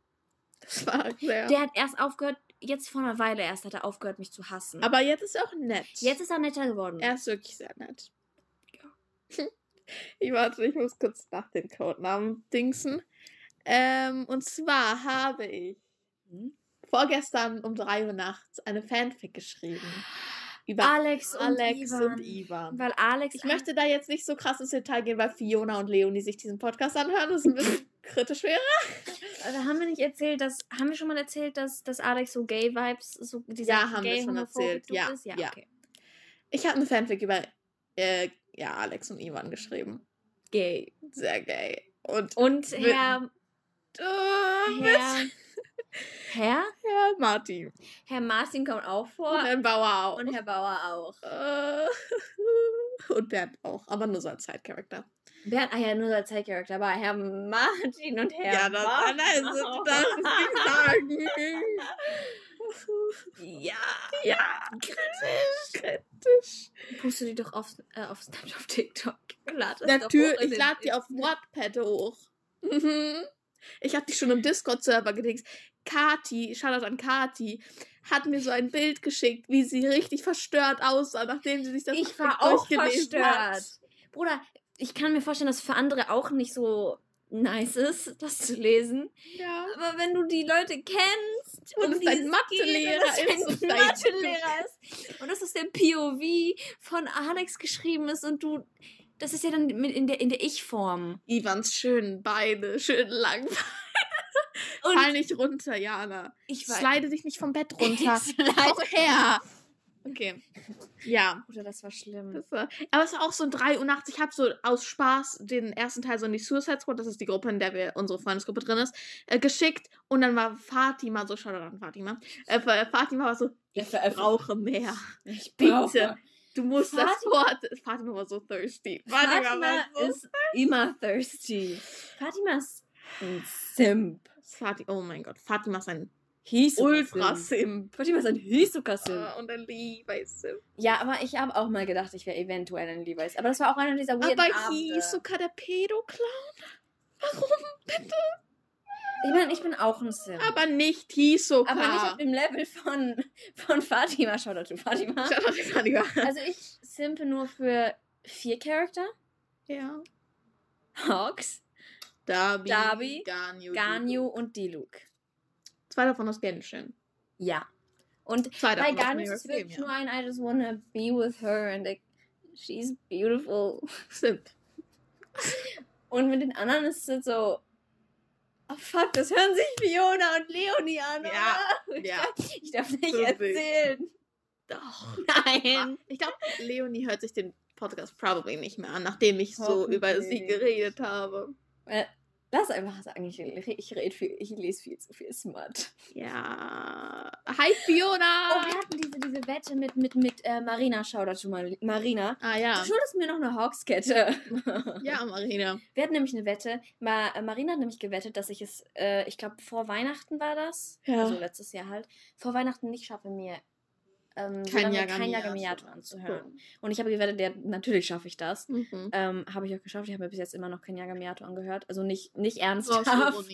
Das war sehr... Der hat erst aufgehört, jetzt vor einer Weile erst hat er aufgehört, mich zu hassen. Aber jetzt ist er auch nett. Jetzt ist er netter geworden. Er ist wirklich sehr nett. Ja. Ich warte, ich muss kurz nach den Codenamen dingsen. Ähm, und zwar habe ich hm? vorgestern um drei Uhr nachts eine Fanfic geschrieben. Über Alex, Alex und, Ivan. und Ivan. Weil Alex... Ich möchte da jetzt nicht so krass ins Detail gehen, weil Fiona und Leonie sich diesen Podcast anhören. Das ist ein bisschen kritisch wäre. Also haben wir nicht erzählt, dass... Haben wir schon mal erzählt, dass, dass Alex so Gay-Vibes... So ja, haben wir schon erzählt. Ja, ist? ja, ja. Okay. Ich habe eine Fanfic über... Äh, ja, Alex und Ivan geschrieben. Gay. Sehr gay. Und, und Herr... Äh, Herr... Herr? Herr Martin. Herr Martin kommt auch vor. Und Herr Bauer auch. Und Herr Bauer auch. Äh, und Bernd auch, aber nur so als Side-Character. Bernd, ah ja, nur so als Side-Character, aber Herr Martin und Herr ja, das, Bauer. Nein, das, das ist nicht sagen. Ja. Ja. Kritisch. Kritisch. Puste die doch auf, äh, auf Snapchat, auf TikTok. Natürlich, ich lade die auf Wattpad hoch. Ich habe die schon im Discord-Server gedingst. Kati, Shoutout an Kati, hat mir so ein Bild geschickt, wie sie richtig verstört aussah, nachdem sie sich das Ich war auch verstört. Hat. Bruder, ich kann mir vorstellen, dass es für andere auch nicht so nice ist, das zu lesen. Ja. Aber wenn du die Leute kennst und, und es dein Mathelehrer ist, und Mathelehrer ist und dass es der P O V von Alex geschrieben ist und du, das ist ja dann in der, in der Ich-Form. Ivans schönen Beine, schön lang. Und fall nicht runter, Jana. Ich slide dich nicht vom Bett runter. Komm her. Okay. Ja. Oder das war schlimm. Das war, aber es war auch so um drei Uhr nachts. Ich habe so aus Spaß den ersten Teil so in die Suicide Squad, das ist die Gruppe, in der wir unsere Freundesgruppe drin ist, äh, geschickt. Und dann war Fatima so, schau an Fatima. Äh, Fatima war so, ich brauche mehr. Ich brauche. Bitte. Du musst Fatima, das Wort. Fatima war so thirsty. Fatima, Fatima so ist thirsty. Immer thirsty. Fatima ist ein Simp. Fatima, oh mein Gott. Fatima ist ein Ultra-Simp. Fatima ist ein Hisoka-Simp. Uh, und ein Levi's-Simp. Ja, aber ich habe auch mal gedacht, ich wäre eventuell ein Levi's. Aber das war auch einer dieser weirden Aber Abende. Hisoka, der Pädo-Clown? Warum bitte? Ich meine, ich bin auch ein Simp. Aber nicht Hisoka. Aber nicht auf dem Level von, von Fatima. Shoutout to Fatima. Shoutout to Fatima. Also ich simpe nur für vier Charakter. Ja. Hawks. Darby, Darby Ganyu, Ganyu und Diluc. Zwei davon aus Genshin. Ja. Und Zwei bei Ganyu ist es wirklich ja. nur ein I just wanna be with her and like, she's beautiful. Simp. Und mit den anderen ist es so, oh fuck, das hören sich Fiona und Leonie an. Ja. Ich, ja. Darf, ich darf nicht so erzählen. Doch. Nein. Ich glaube, Leonie hört sich den Podcast probably nicht mehr an, nachdem ich so über sie geredet habe. Lass einfach sagen, ich, ich, red viel, ich lese viel zu viel Smut. Ja. Hi Fiona! Oh, wir hatten diese, diese Wette mit, mit, mit äh, Marina. Shoutout zu Marina. Ah ja. Du schuldest mir noch eine Hawkskette. Ja, Marina. Wir hatten nämlich eine Wette. Ma, äh, Marina hat nämlich gewettet, dass ich es, äh, ich glaube vor Weihnachten war das. Ja. Also letztes Jahr halt. Vor Weihnachten nicht schaffe, mir Ähm, kein Yagamiyato anzuhören. Cool. Und ich habe gewettet, ja, natürlich schaffe ich das. Mhm. Ähm, habe ich auch geschafft. Ich habe mir bis jetzt immer noch kein Yagamiyato angehört. Also nicht, nicht ernsthaft.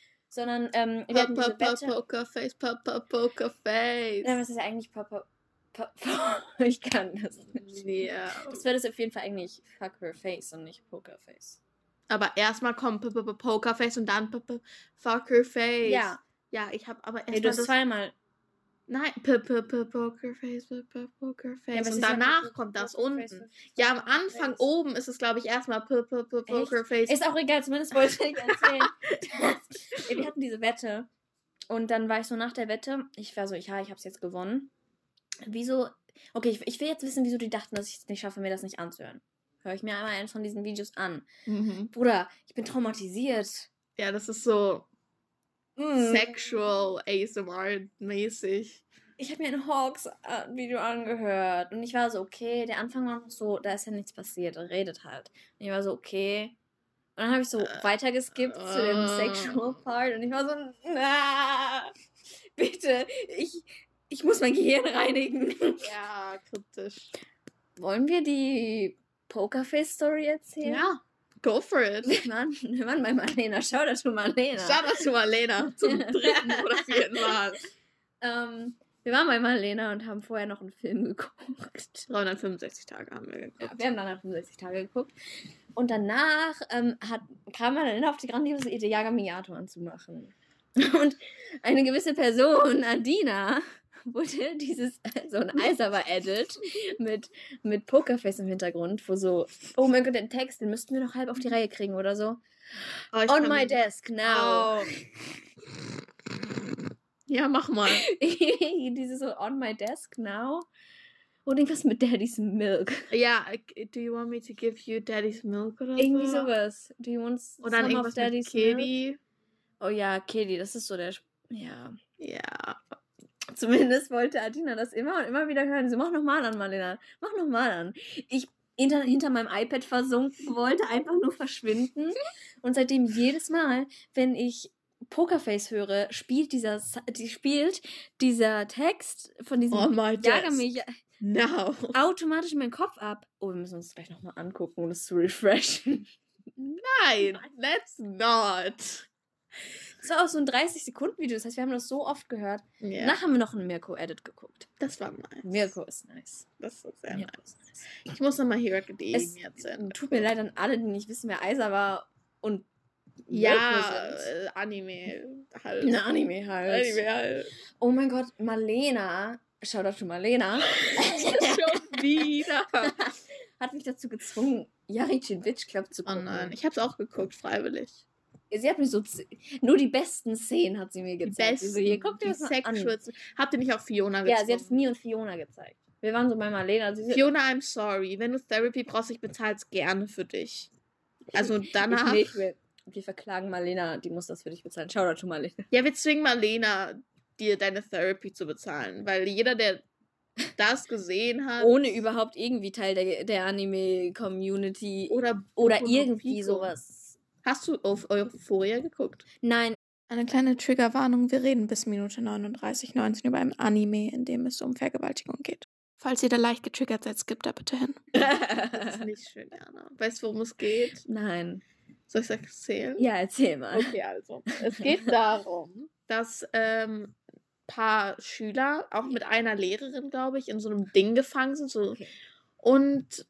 Sondern, ähm, wir hatten diese Wette. Pokerface, Papa, Pokerface. Ja, das ist ja eigentlich Papa, Ich kann das nicht. Ja. Das wäre das auf jeden Fall eigentlich Fuck Her Face und nicht Poker Face. Aber erstmal kommt Poker Face und dann Fuck Her Face. Ja. Ja, ich habe aber erstmal nee, du hast zweimal. Nein, Poker Face, Poker Face. Und danach kommt das unten. Ja, am Anfang oben ist es, glaube ich, erstmal Poker Face. Ist auch egal, zumindest wollte ich erzählen. Wir hatten diese Wette. Und dann war ich so nach der Wette, ich war so, ja, ich hab's jetzt gewonnen. Wieso, okay, ich, ich will jetzt wissen, wieso die dachten, dass ich es nicht schaffe, mir das nicht anzuhören. Höre ich mir einmal eins von diesen Videos an. Mhm. Bruder, ich bin traumatisiert. Ja, das ist so mm. sexual A S M R-mäßig. Ich habe mir ein Hawks-Video angehört und ich war so, okay, der Anfang war noch so, da ist ja nichts passiert, er redet halt. Und ich war so, okay. Und dann habe ich so uh, weitergeskippt uh, zu dem Sexual Part und ich war so, na, bitte, ich, ich muss mein Gehirn reinigen. Ja, kritisch. Wollen wir die Pokerface-Story erzählen? Ja, go for it. Wir waren, wir waren bei Marlena. Schau da zu Marlena. Schau da zu Marlena. Zum dritten oder vierten Mal. Ähm, wir waren bei Marlena und haben vorher noch einen Film geguckt. dreihundertfünfundsechzig Tage haben wir geguckt. Ja, wir haben dreihundertfünfundsechzig Tage geguckt. Und danach ähm, hat, kam Marlena auf die grandiose Idee, Yagami anzumachen. Und eine gewisse Person, Adina, wurde dieses, so ein Eisaber-Edit mit, mit Pokerface im Hintergrund, wo so, oh mein Gott, den Text, den müssten wir noch halb auf die Reihe kriegen oder so. Oh, On my desk now. Oh. Ja, mach mal. Dieses so, on my desk now. Und irgendwas mit Daddy's Milk. Ja, do you want me to give you Daddy's Milk oder Irgendwie so? sowas. Do you want some oder dann of Daddy's Kitty? Milk? Oh ja, Kitty, das ist so der, ja. Ja. Zumindest wollte Adina das immer und immer wieder hören. So, mach nochmal an, Marlena. Mach nochmal an. Ich hinter, hinter meinem iPad versunken, wollte einfach nur verschwinden. Und seitdem jedes Mal, wenn ich Pokerface höre, spielt dieser, die spielt dieser Text von diesem oh my Yagami no. automatisch in meinen Kopf ab. Oh, wir müssen uns das gleich nochmal angucken, um das zu refreshen. Nein, let's not. Das war auch so ein dreißig-Sekunden-Video, das heißt, wir haben das so oft gehört. Yeah. Danach haben wir noch einen Mirko-Edit geguckt. Das war nice. Mirko ist nice. Das ist sehr Mirko nice. nice. Ich muss nochmal Hero Academia jetzt sehen. Tut mir leid an alle, die nicht wissen, wer Aiza war und ja, äh, Anime halt. Na, Anime halt. Anime halt. Oh mein Gott, Marlena, Shoutout to Marlena. Schon wieder. Hat mich dazu gezwungen, Yarichin Witch Club zu gucken. Oh nein, ich hab's auch geguckt, freiwillig. Sie hat mir so, nur die besten Szenen hat sie mir gezeigt. Die so, hier, guckt ihr das mal an. Habt ihr nicht auch Fiona gezeigt? Ja, sie hat mir und Fiona gezeigt. Wir waren so bei Marlena. Sie Fiona, I'm sorry. Wenn du Therapy brauchst, ich bezahle es gerne für dich. Also danach... Ich nicht, wir verklagen Marlena, die muss das für dich bezahlen. Schau da zu Marlena. Ja, wir zwingen Marlena, dir deine Therapy zu bezahlen. Weil jeder, der das gesehen hat... Ohne überhaupt irgendwie Teil der, der Anime-Community oder, oder irgendwie Pico. Sowas. Hast du auf Euphoria geguckt? Nein. Eine kleine Triggerwarnung. Wir reden bis Minute neununddreißig neunzehn über ein Anime, in dem es um Vergewaltigung geht. Falls ihr da leicht getriggert seid, skippt da bitte hin. Das ist nicht schön, Jana. Weißt du, worum es geht? Nein. Soll ich es erzählen? Ja, erzähl mal. Okay, also. Es geht darum, dass ähm, ein paar Schüler, auch mit einer Lehrerin, glaube ich, in so einem Ding gefangen sind. So. Okay. Und...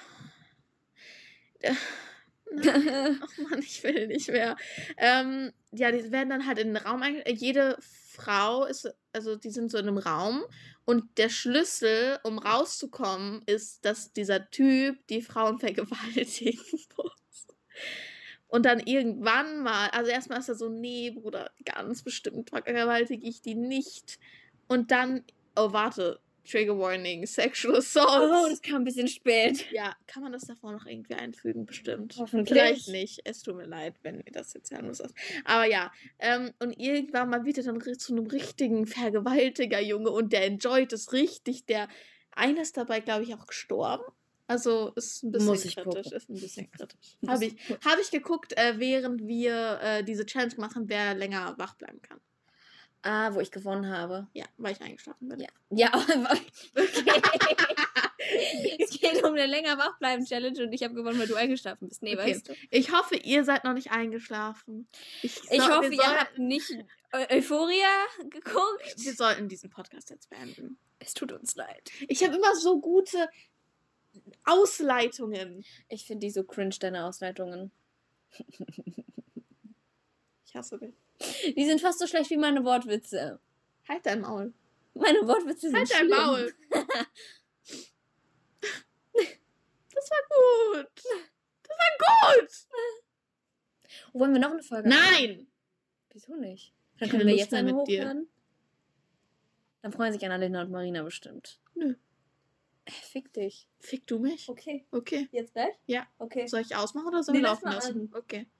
Äh, Ach Mann, ich will nicht mehr. Ähm, ja, die werden dann halt in den Raum eingestellt. Jede Frau ist, also die sind so in einem Raum und der Schlüssel, um rauszukommen, ist, dass dieser Typ die Frauen vergewaltigen muss. Und dann irgendwann mal, also erstmal ist er so, nee, Bruder, ganz bestimmt vergewaltige ich die nicht. Und dann, oh warte, Trigger Warning, Sexual Assault. Oh, das kam ein bisschen spät. Ja, kann man das davor noch irgendwie einfügen, bestimmt. Hoffentlich. Vielleicht nicht. Es tut mir leid, wenn ihr das jetzt hören müsst. Aber ja, ähm, und irgendwann mal wird er dann zu einem richtigen Vergewaltiger-Junge und der enjoyt es richtig. Der eine ist dabei, glaube ich, auch gestorben. Also ist ein bisschen Muss ich kritisch. Gucken. Ist ein bisschen kritisch. Habe ich, hab ich geguckt, äh, während wir äh, diese Challenge gemacht haben, wer länger wach bleiben kann. Ah, wo ich gewonnen habe. Ja, weil ich eingeschlafen bin. Ja, ja okay. Es geht um eine länger Wachbleiben-Challenge und ich habe gewonnen, weil du eingeschlafen bist. Nee, okay. Weißt du? Ich hoffe, ihr seid noch nicht eingeschlafen. Ich, ich so, hoffe, ihr habt nicht Eu Euphoria geguckt? Wir sollten diesen Podcast jetzt beenden. Es tut uns leid. Ich habe immer so gute Ausleitungen. Ich finde die so cringe, deine Ausleitungen. Ich hasse dich. Die sind fast so schlecht wie meine Wortwitze. Halt dein Maul. Meine Wortwitze sind halt schlimm. Halt dein Maul. Das war gut. Das war gut. Wollen wir noch eine Folge Nein. machen? Wieso nicht? Dann können wir jetzt eine hochladen. Dir. Dann freuen sich Annalena und Marina bestimmt. Nö. Fick dich. Fick du mich? Okay. Okay. Jetzt gleich? Ja. Okay. Soll ich ausmachen oder soll ich laufen lassen? Okay.